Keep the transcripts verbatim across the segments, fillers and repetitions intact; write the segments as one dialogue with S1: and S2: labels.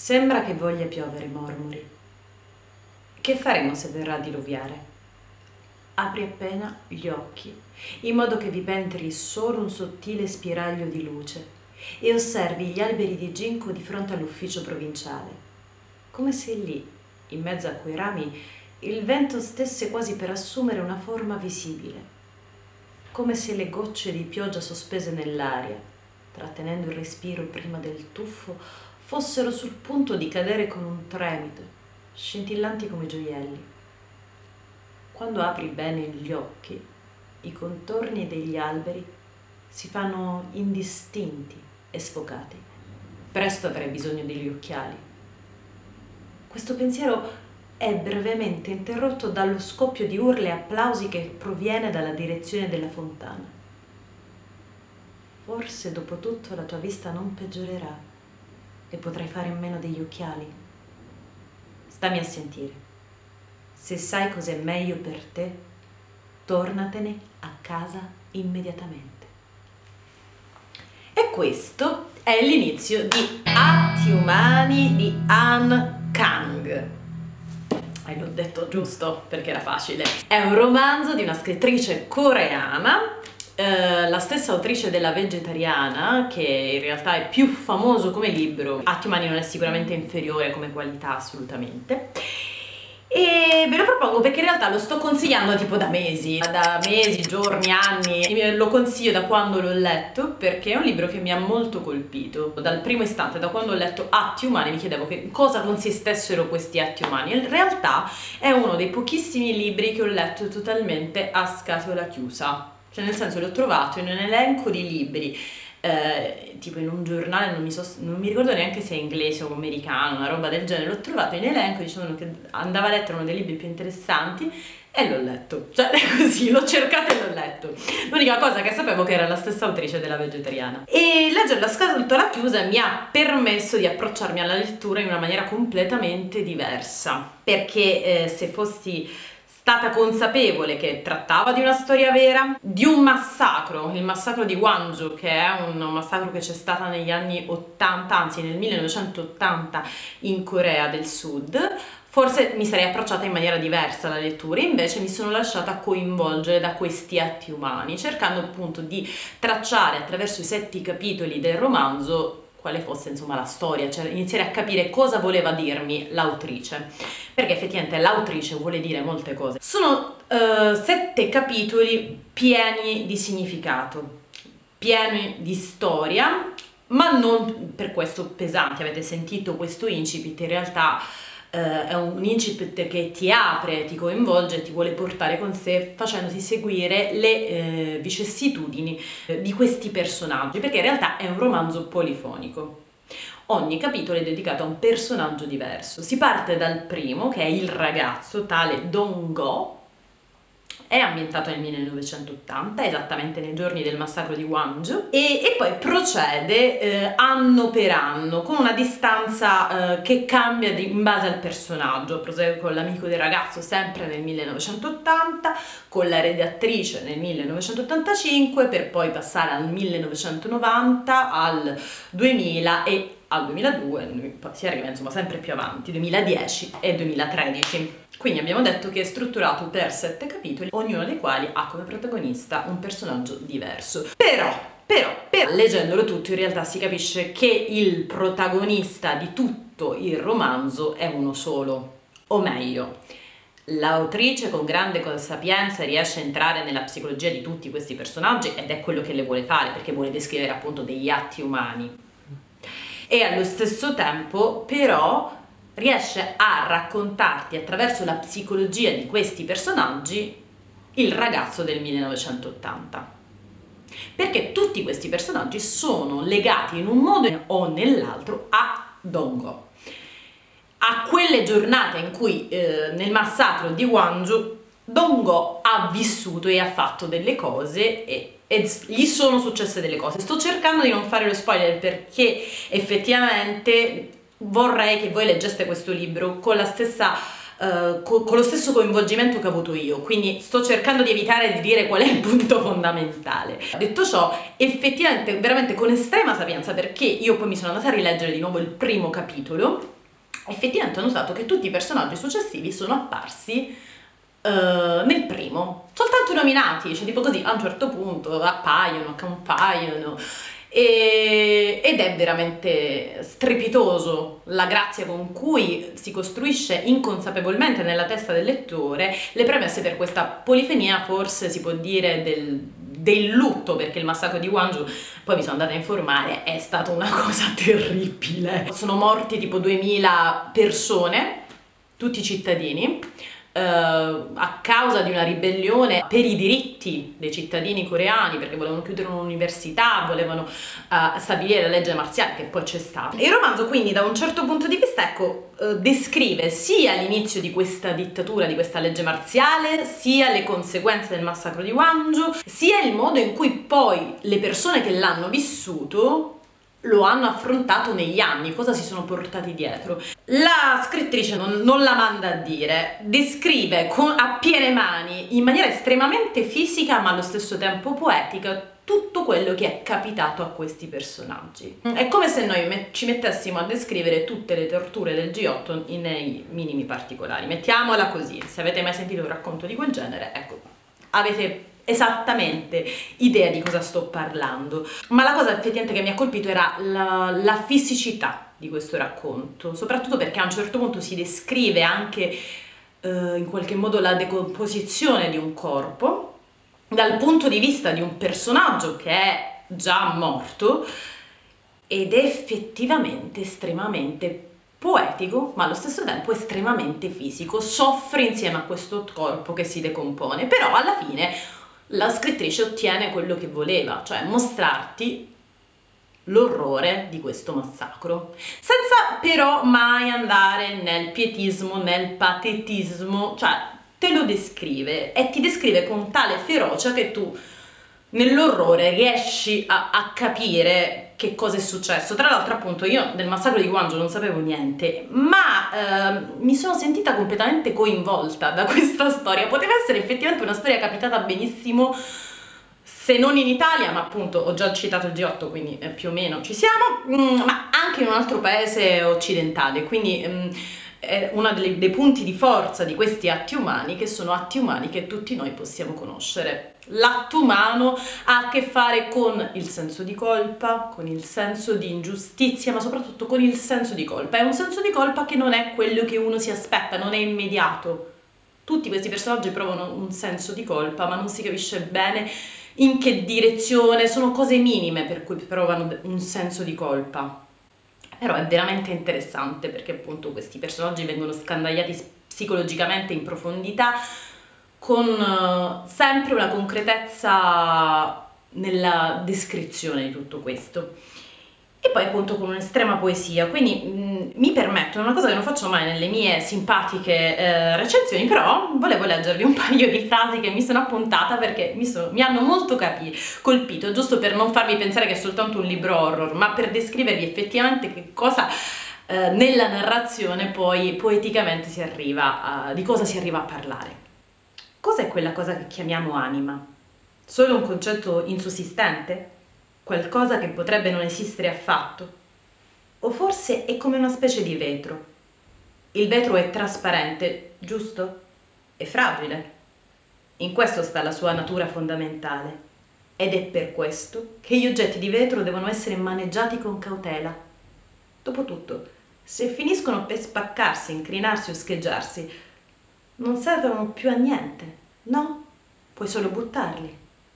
S1: Sembra che voglia piovere, mormori. Che faremo se verrà a diluviare? Apri appena gli occhi, in modo che vi pentri solo un sottile spiraglio di luce e osservi gli alberi di ginkgo di fronte all'ufficio provinciale, come se lì, in mezzo a quei rami, il vento stesse quasi per assumere una forma visibile, come se le gocce di pioggia sospese nell'aria, trattenendo il respiro prima del tuffo, fossero sul punto di cadere con un tremito, scintillanti come gioielli. Quando apri bene gli occhi, i contorni degli alberi si fanno indistinti e sfocati. Presto avrai bisogno degli occhiali. Questo pensiero è brevemente interrotto dallo scoppio di urla e applausi che proviene dalla direzione della fontana. Forse dopo tutto la tua vista non peggiorerà e potrai fare a meno degli occhiali. Stammi a sentire. Se sai cos'è meglio per te, tornatene a casa immediatamente. E questo è l'inizio di Atti umani di Han Kang. E l'ho detto giusto perché era facile. È un romanzo di una scrittrice coreana, eh, la stessa autrice della Vegetariana, che in realtà è più famoso come libro. Atti umani non è sicuramente inferiore come qualità, assolutamente. E ve lo propongo perché in realtà lo sto consigliando tipo da mesi, da mesi, giorni, anni. Lo consiglio da quando l'ho letto perché è un libro che mi ha molto colpito. Dal primo istante, da quando ho letto Atti umani, mi chiedevo che cosa consistessero questi atti umani. In realtà è uno dei pochissimi libri che ho letto totalmente a scatola chiusa. Cioè nel senso l'ho trovato in un elenco di libri, eh, tipo in un giornale, non mi, so, non mi ricordo neanche se è inglese o americano, una roba del genere, l'ho trovato in elenco dicendo che andava letto uno dei libri più interessanti e l'ho letto, cioè così, l'ho cercato e l'ho letto. L'unica cosa che sapevo che era la stessa autrice della Vegetariana. E leggere la scatola chiusa mi ha permesso di approcciarmi alla lettura in una maniera completamente diversa, perché eh, se fossi stata consapevole che trattava di una storia vera, di un massacro, il massacro di Gwangju, che è un massacro che c'è stato negli anni ottanta, anzi nel millenovecentottanta in Corea del Sud, forse mi sarei approcciata in maniera diversa alla lettura, invece mi sono lasciata coinvolgere da questi atti umani, cercando appunto di tracciare attraverso i sette capitoli del romanzo quale fosse insomma la storia, cioè iniziare a capire cosa voleva dirmi l'autrice, perché effettivamente l'autrice vuole dire molte cose. Sono uh, sette capitoli pieni di significato, pieni di storia, ma non per questo pesanti. Avete sentito questo incipit, in realtà Uh, è un incipit che ti apre, ti coinvolge, ti vuole portare con sé, facendoti seguire le eh, vicissitudini eh, di questi personaggi, perché in realtà è un romanzo polifonico. Ogni capitolo è dedicato a un personaggio diverso. Si parte dal primo, che è il ragazzo, tale Dong-go. È ambientato nel millenovecentottanta, esattamente nei giorni del massacro di Gwangju, e, e poi procede eh, anno per anno, con una distanza eh, che cambia di, in base al personaggio. Prosegue con l'amico del ragazzo sempre nel millenovecentottanta, con la redattrice nel millenovecentottantacinque, per poi passare al millenovecentonovanta, al duemila e al duemiladue, poi si arriva insomma sempre più avanti, duemiladieci e duemilatredici. Quindi abbiamo detto che è strutturato per sette capitoli, ognuno dei quali ha come protagonista un personaggio diverso. Però, però, però, leggendolo tutto in realtà si capisce che il protagonista di tutto il romanzo è uno solo, o meglio, l'autrice con grande sapienza riesce a entrare nella psicologia di tutti questi personaggi ed è quello che le vuole fare, perché vuole descrivere appunto degli atti umani. E allo stesso tempo però riesce a raccontarti attraverso la psicologia di questi personaggi il ragazzo del millenovecentottanta, perché tutti questi personaggi sono legati in un modo o nell'altro a Dong-go, a quelle giornate in cui eh, nel massacro di Gwangju Dong-go ha vissuto e ha fatto delle cose e e gli sono successe delle cose. Sto cercando di non fare lo spoiler perché effettivamente vorrei che voi leggeste questo libro con la stessa uh, co con lo stesso coinvolgimento che ho avuto io, quindi sto cercando di evitare di dire qual è il punto fondamentale. Detto ciò, effettivamente veramente con estrema sapienza, perché io poi mi sono andata a rileggere di nuovo il primo capitolo effettivamente ho notato che tutti i personaggi successivi sono apparsi uh, nel primo, soltanto nominati, cioè tipo così, a un certo punto appaiono, compaiono, e, ed è veramente strepitoso la grazia con cui si costruisce inconsapevolmente nella testa del lettore le premesse per questa polifenia, forse si può dire del, del lutto, perché il massacro di Gwangju, poi mi sono andata a informare, è stata una cosa terribile. Sono morti tipo duemila persone, tutti cittadini, Uh, a causa di una ribellione per i diritti dei cittadini coreani, perché volevano chiudere un'università, volevano uh, stabilire la legge marziale, che poi c'è stata. Il romanzo quindi da un certo punto di vista, ecco, uh, descrive sia l'inizio di questa dittatura, di questa legge marziale, sia le conseguenze del massacro di Gwangju, sia il modo in cui poi le persone che l'hanno vissuto lo hanno affrontato negli anni, cosa si sono portati dietro. La scrittrice non, non la manda a dire, descrive con, a piene mani, in maniera estremamente fisica ma allo stesso tempo poetica, tutto quello che è capitato a questi personaggi. È come se noi me ci mettessimo a descrivere tutte le torture del G otto nei minimi particolari, mettiamola così. Se avete mai sentito un racconto di quel genere, ecco, avete esattamente idea di cosa sto parlando. Ma la cosa effettivamente che mi ha colpito era la, la fisicità di questo racconto, soprattutto perché a un certo punto si descrive anche eh, in qualche modo la decomposizione di un corpo dal punto di vista di un personaggio che è già morto, ed è effettivamente estremamente poetico, ma allo stesso tempo estremamente fisico. Soffre insieme a questo corpo che si decompone, però alla fine la scrittrice ottiene quello che voleva, cioè mostrarti l'orrore di questo massacro, senza però mai andare nel pietismo, nel patetismo, cioè te lo descrive e ti descrive con tale ferocia che tu nell'orrore riesci a, a capire che cosa è successo. Tra l'altro, appunto, io del massacro di Gwangju non sapevo niente, ma eh, mi sono sentita completamente coinvolta da questa storia. Poteva essere effettivamente una storia capitata benissimo, se non in Italia, ma appunto ho già citato il G otto, quindi eh, più o meno ci siamo, mm, ma anche in un altro paese occidentale, quindi mm, è uno dei, dei punti di forza di questi atti umani, che sono atti umani che tutti noi possiamo conoscere. L'atto umano ha a che fare con il senso di colpa, con il senso di ingiustizia, ma soprattutto con il senso di colpa. È un senso di colpa che non è quello che uno si aspetta, non è immediato. Tutti questi personaggi provano un senso di colpa, ma non si capisce bene in che direzione, sono cose minime per cui provano un senso di colpa. Però è veramente interessante perché appunto questi personaggi vengono scandagliati psicologicamente in profondità, con uh, sempre una concretezza nella descrizione di tutto questo, e poi appunto con un'estrema poesia. Quindi mh, mi permettono una cosa che non faccio mai nelle mie simpatiche eh, recensioni, però volevo leggervi un paio di frasi che mi sono appuntata perché mi, sono, mi hanno molto capi, colpito, giusto per non farvi pensare che è soltanto un libro horror, ma per descrivervi effettivamente che cosa eh, nella narrazione poi poeticamente si arriva a, di cosa si arriva a parlare. Cos'è quella cosa che chiamiamo anima? Solo un concetto insussistente? Qualcosa che potrebbe non esistere affatto? O forse è come una specie di vetro? Il vetro è trasparente, giusto? È fragile. In questo sta la sua natura fondamentale. Ed è per questo che gli oggetti di vetro devono essere maneggiati con cautela. Dopotutto, se finiscono per spaccarsi, incrinarsi o scheggiarsi, non servono più a niente, no? Puoi solo buttarli.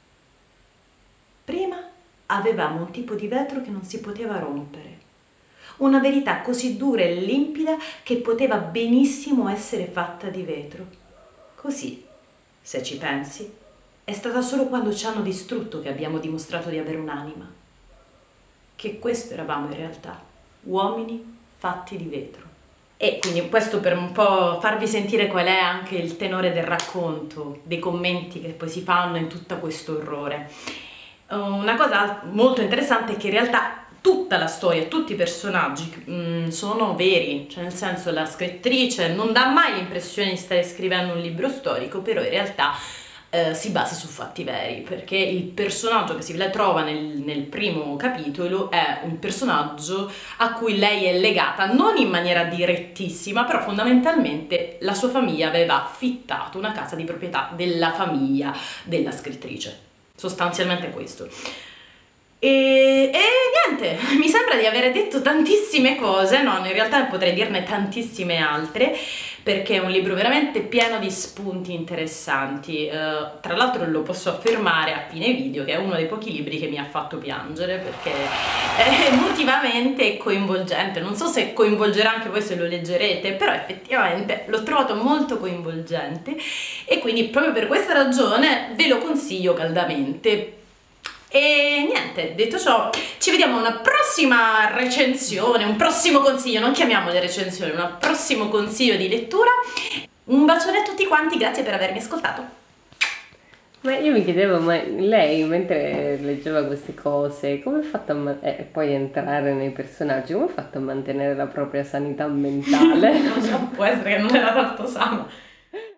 S1: Prima avevamo un tipo di vetro che non si poteva rompere, una verità così dura e limpida che poteva benissimo essere fatta di vetro. Così, se ci pensi, è stata solo quando ci hanno distrutto che abbiamo dimostrato di avere un'anima. Che questo eravamo in realtà, uomini fatti di vetro. E quindi questo per un po' farvi sentire qual è anche il tenore del racconto, dei commenti che poi si fanno in tutto questo orrore. Una cosa molto interessante è che in realtà tutta la storia, tutti i personaggi mh, sono veri, cioè nel senso la scrittrice non dà mai l'impressione di stare scrivendo un libro storico, però in realtà eh, si basi su fatti veri, perché il personaggio che si trova nel, nel primo capitolo è un personaggio a cui lei è legata, non in maniera direttissima, però fondamentalmente la sua famiglia aveva affittato una casa di proprietà della famiglia della scrittrice, sostanzialmente questo. E, e niente, mi sembra di aver detto tantissime cose, no, in realtà potrei dirne tantissime altre, perché è un libro veramente pieno di spunti interessanti. Uh, tra l'altro lo posso affermare a fine video che è uno dei pochi libri che mi ha fatto piangere, perché è emotivamente coinvolgente. Non so se coinvolgerà anche voi se lo leggerete, però effettivamente l'ho trovato molto coinvolgente e quindi proprio per questa ragione ve lo consiglio caldamente. E niente, detto ciò, ci vediamo a una prossima recensione, un prossimo consiglio, non chiamiamole recensioni, un prossimo consiglio di lettura. Un bacione a tutti quanti, grazie per avermi ascoltato.
S2: Ma io mi chiedevo, ma lei mentre leggeva queste cose, come ha fatto a ma- e poi entrare nei personaggi, come ha fatto a mantenere la propria sanità mentale?
S1: Non so, può essere che non era tanto sana.